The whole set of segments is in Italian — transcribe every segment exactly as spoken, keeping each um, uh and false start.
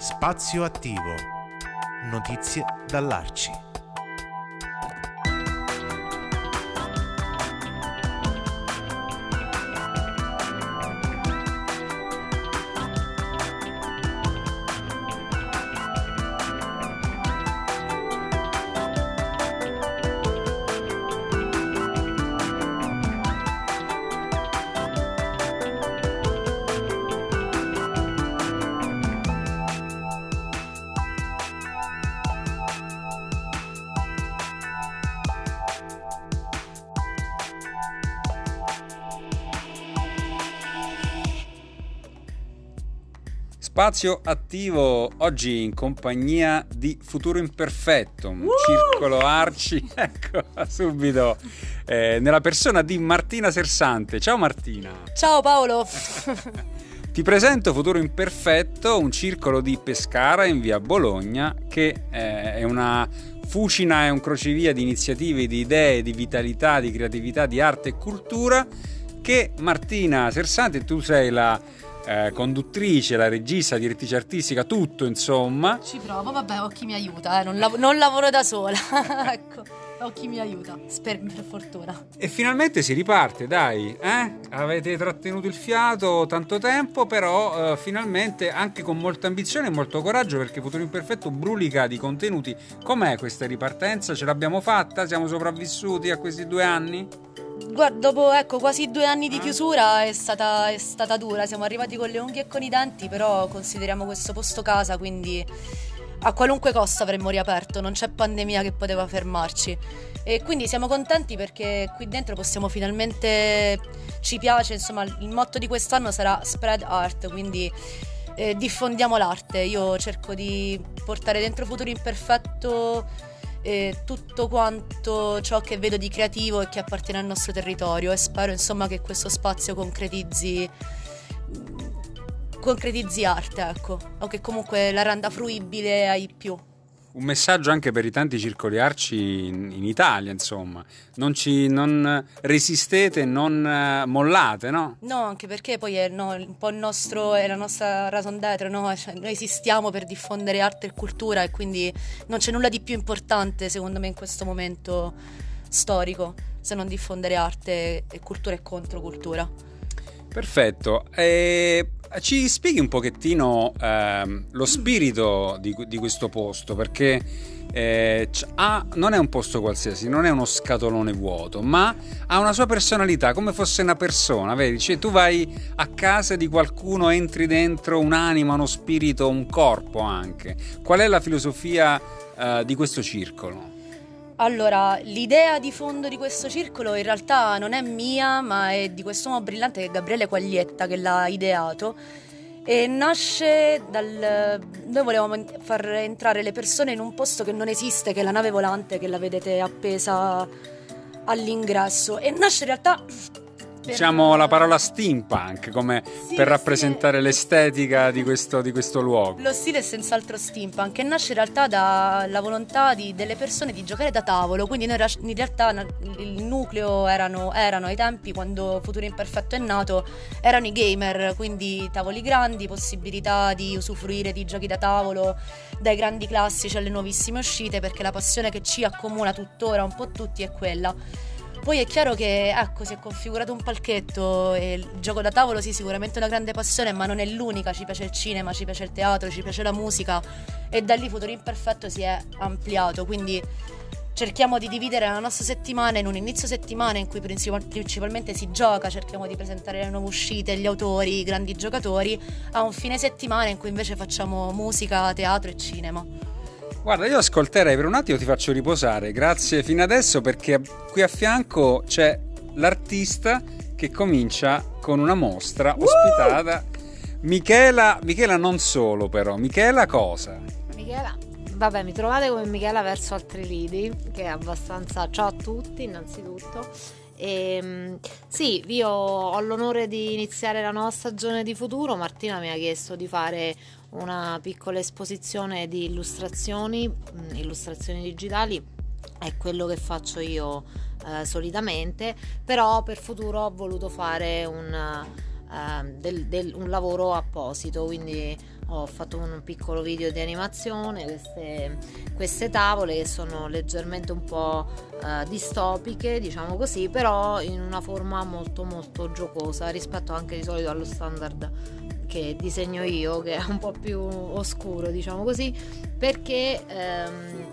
Spazio attivo. Notizie dall'Arci. Spazio attivo oggi in compagnia di Futuro Imperfetto, un uh! circolo Arci, ecco subito, eh, nella persona di Martina Sersante. Ciao Martina. Ciao Paolo. Ti presento Futuro Imperfetto, un circolo di Pescara in via Bologna che eh, è una fucina e un crocevia di iniziative, di idee, di vitalità, di creatività, di arte e cultura che Martina Sersante, tu sei la Eh, conduttrice, la regista, direttrice artistica, tutto insomma. Ci provo, vabbè, ho chi mi aiuta, eh. non, lav- non lavoro da sola. Ecco, ho chi mi aiuta, per, per fortuna. E finalmente si riparte, dai, eh? Avete trattenuto il fiato tanto tempo, però eh, finalmente anche con molta ambizione e molto coraggio, perché Futuro Imperfetto brulica di contenuti. Com'è questa ripartenza? Ce l'abbiamo fatta? Siamo sopravvissuti a questi due anni? Guarda, dopo ecco quasi due anni di chiusura è stata, è stata dura, siamo arrivati con le unghie e con i denti, però consideriamo questo posto casa, quindi a qualunque costo avremmo riaperto, non c'è pandemia che poteva fermarci e quindi siamo contenti perché qui dentro possiamo finalmente, ci piace, insomma il motto di quest'anno sarà Spread Art, quindi eh, diffondiamo l'arte. Io cerco di portare dentro Futuro Imperfetto E tutto quanto ciò che vedo di creativo e che appartiene al nostro territorio e spero insomma che questo spazio concretizzi concretizzi arte, ecco, o che comunque la renda fruibile ai più. Un messaggio anche per i tanti circoli Arci in, in Italia, insomma, non ci non resistete, non mollate, no? No, anche perché poi è no, un po' il nostro, è la nostra raison d'être, no? Cioè, noi esistiamo per diffondere arte e cultura e quindi non c'è nulla di più importante secondo me in questo momento storico se non diffondere arte e cultura e controcultura. Perfetto, e ci spieghi un pochettino ehm, lo spirito di, di questo posto, perché eh, ha, non è un posto qualsiasi, non è uno scatolone vuoto, ma ha una sua personalità, come fosse una persona, vedi? Cioè tu vai a casa di qualcuno, entri dentro un'anima, uno spirito, un corpo anche. Qual è la filosofia eh, di questo circolo? Allora, l'idea di fondo di questo circolo in realtà non è mia, ma è di quest'uomo brillante che è Gabriele Quaglietta che l'ha ideato e nasce dal... Noi volevamo far entrare le persone in un posto che non esiste, che è la nave volante che la vedete appesa all'ingresso e nasce in realtà... Diciamo la parola steampunk come sì, per rappresentare l'estetica di questo, di questo luogo. Lo stile è senz'altro steampunk che nasce in realtà dalla volontà di, delle persone di giocare da tavolo, quindi noi in realtà il nucleo erano, erano ai tempi quando Futuro Imperfetto è nato, erano i gamer, quindi tavoli grandi, possibilità di usufruire di giochi da tavolo dai grandi classici alle nuovissime uscite, perché la passione che ci accomuna tuttora un po' tutti è quella. Poi è chiaro che ecco, si è configurato un palchetto e il gioco da tavolo sì, sicuramente è una grande passione, ma non è l'unica, ci piace il cinema, ci piace il teatro, ci piace la musica e da lì Futuro Imperfetto si è ampliato, quindi cerchiamo di dividere la nostra settimana in un inizio settimana in cui principalmente si gioca, cerchiamo di presentare le nuove uscite, gli autori, i grandi giocatori, a un fine settimana in cui invece facciamo musica, teatro e cinema. Guarda, io ascolterei per un attimo, ti faccio riposare, grazie fino adesso, perché qui a fianco c'è l'artista che comincia con una mostra uh! ospitata. Michela, Michela non solo però, Michela cosa? Michela, vabbè, mi trovate come Michela verso altri lidi, che è abbastanza... Ciao a tutti innanzitutto. E, sì, io ho l'onore di iniziare la nuova stagione di Futuro. Martina mi ha chiesto di fare una piccola esposizione di illustrazioni, illustrazioni digitali, è quello che faccio io eh, solitamente, però per Futuro ho voluto fare un, eh, del, del, un lavoro apposito, quindi ho fatto un piccolo video di animazione, queste, queste tavole che sono leggermente un po' eh, distopiche, diciamo così, però in una forma molto molto giocosa rispetto anche di solito allo standard che disegno io, che è un po' più oscuro, diciamo così, perché ehm,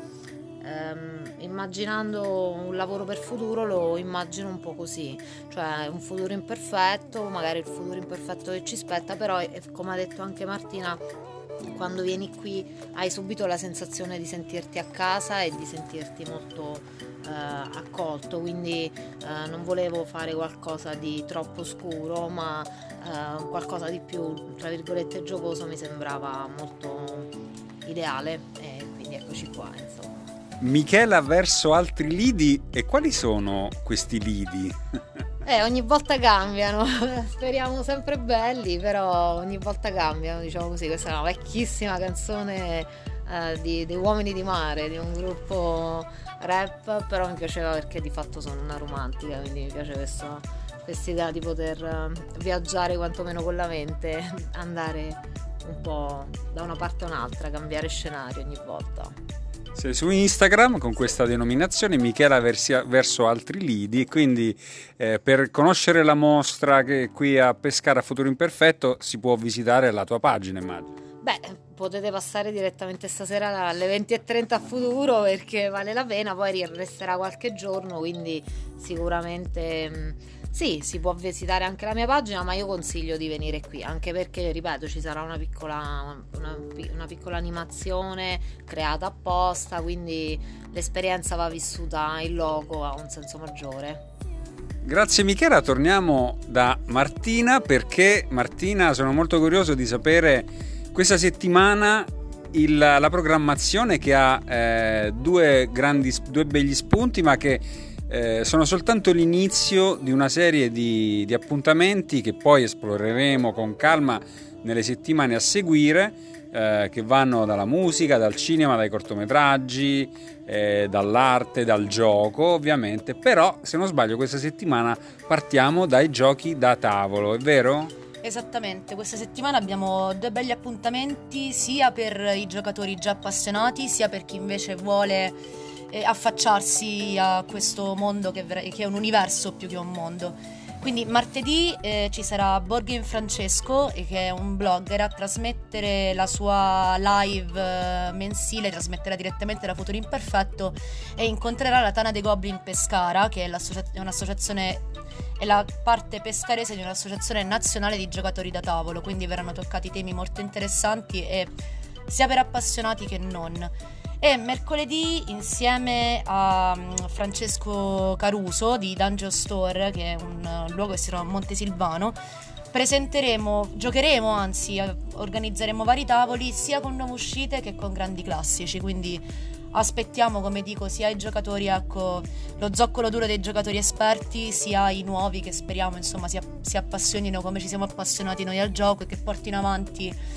ehm, immaginando un lavoro per futuro lo immagino un po' così, cioè un futuro imperfetto, magari il futuro imperfetto che ci spetta, però come ha detto anche Martina, quando vieni qui hai subito la sensazione di sentirti a casa e di sentirti molto eh, accolto, quindi eh, non volevo fare qualcosa di troppo scuro, ma eh, qualcosa di più, tra virgolette, giocoso mi sembrava molto ideale, e quindi eccoci qua, insomma. Michela verso altri lidi, e quali sono questi lidi? Eh, ogni volta cambiano, speriamo sempre belli, però ogni volta cambiano, diciamo così. Questa è una vecchissima canzone eh, di, dei Uomini di Mare, di un gruppo rap, però mi piaceva perché di fatto sono una romantica, quindi mi piace questa idea di poter eh, viaggiare quantomeno con la mente, andare un po' da una parte a un'altra, cambiare scenario ogni volta. Sei su Instagram con questa denominazione, Michela versia, verso altri lidi, quindi eh, per conoscere la mostra che qui a Pescara Futuro Imperfetto si può visitare la tua pagina, immagino. Beh, potete passare direttamente stasera alle venti e trenta a Futuro perché vale la pena, poi resterà qualche giorno, quindi sicuramente mh, sì, si può visitare anche la mia pagina, ma io consiglio di venire qui, anche perché, ripeto, ci sarà una piccola, una, una piccola animazione creata apposta, quindi l'esperienza va vissuta in loco, ha un senso maggiore. Grazie Michela, torniamo da Martina, perché Martina, sono molto curioso di sapere questa settimana il, la programmazione che ha eh, due grandi, due begli spunti, ma che eh, sono soltanto l'inizio di una serie di, di appuntamenti che poi esploreremo con calma nelle settimane a seguire, eh, che vanno dalla musica, dal cinema, dai cortometraggi, eh, dall'arte, dal gioco ovviamente, però se non sbaglio questa settimana partiamo dai giochi da tavolo, è vero? Esattamente, questa settimana abbiamo due belli appuntamenti sia per i giocatori già appassionati sia per chi invece vuole eh, affacciarsi a questo mondo che, che è un universo più che un mondo. Quindi martedì eh, ci sarà Borghin Francesco, che è un blogger, a trasmettere la sua live eh, mensile, trasmetterà direttamente da Futuro Imperfetto e incontrerà la Tana dei Goblin Pescara, che è, è un'associazione, è la parte pescarese di un'associazione nazionale di giocatori da tavolo, quindi verranno toccati temi molto interessanti e sia per appassionati che non. E mercoledì, insieme a Francesco Caruso di Dungeon Store, che è un luogo che si trova a Montesilvano, presenteremo, giocheremo, anzi organizzeremo vari tavoli sia con nuove uscite che con grandi classici, quindi aspettiamo, come dico, sia i giocatori, ecco, lo zoccolo duro dei giocatori esperti, sia i nuovi che speriamo insomma si, si appassionino come ci siamo appassionati noi al gioco e che portino avanti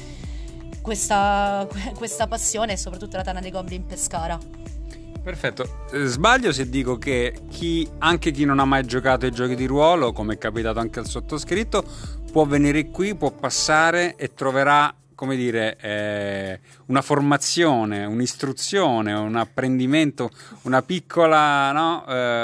questa, questa passione e soprattutto la Tana dei Goblin Pescara. Perfetto, sbaglio se dico che chi, anche chi non ha mai giocato ai giochi di ruolo, come è capitato anche al sottoscritto, può venire qui, può passare e troverà, come dire, eh, una formazione, un'istruzione, un apprendimento, una piccola no,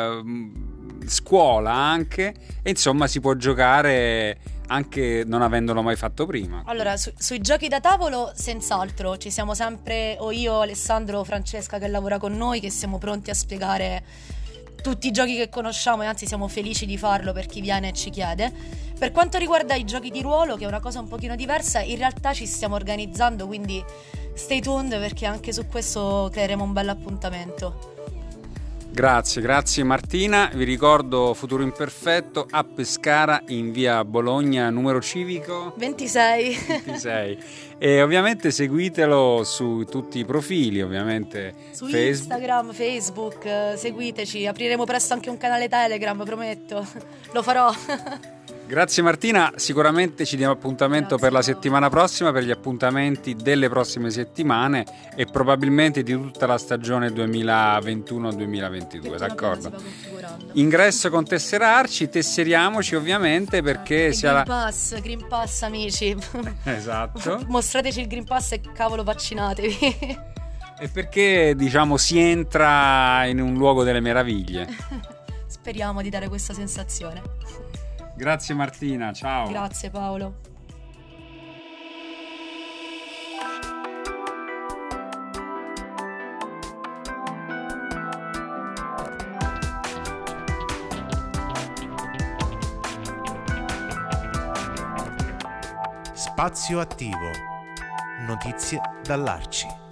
eh, scuola anche, e insomma si può giocare anche non avendolo mai fatto prima. Allora, su, sui giochi da tavolo senz'altro ci siamo sempre, o io, Alessandro o Francesca che lavora con noi, che siamo pronti a spiegare tutti i giochi che conosciamo, e anzi siamo felici di farlo per chi viene e ci chiede. Per quanto riguarda i giochi di ruolo, che è una cosa un pochino diversa, in realtà ci stiamo organizzando, quindi stay tuned perché anche su questo creeremo un bel appuntamento. Grazie, grazie Martina. Vi ricordo Futuro Imperfetto a Pescara in via Bologna, numero civico ventisei. ventisei. E ovviamente seguitelo su tutti i profili, ovviamente su Facebook. Instagram, Facebook, eh, seguiteci, apriremo presto anche un canale Telegram, prometto. Lo farò. Grazie Martina, sicuramente ci diamo appuntamento Grazie per la a voi. settimana prossima, per gli appuntamenti delle prossime settimane e probabilmente di tutta la stagione duemilaventuno duemilaventidue, Che piano d'accordo? piano si va configurando. Ingresso con tesserarci, tesseriamoci ovviamente perché E sia Green la... Pass, Green Pass amici. Esatto. Mostrateci il Green Pass e cavolo vaccinatevi. E perché diciamo si entra in un luogo delle meraviglie. Speriamo di dare questa sensazione. Grazie Martina, ciao. Grazie Paolo. Spazio attivo. Notizie dall'Arci.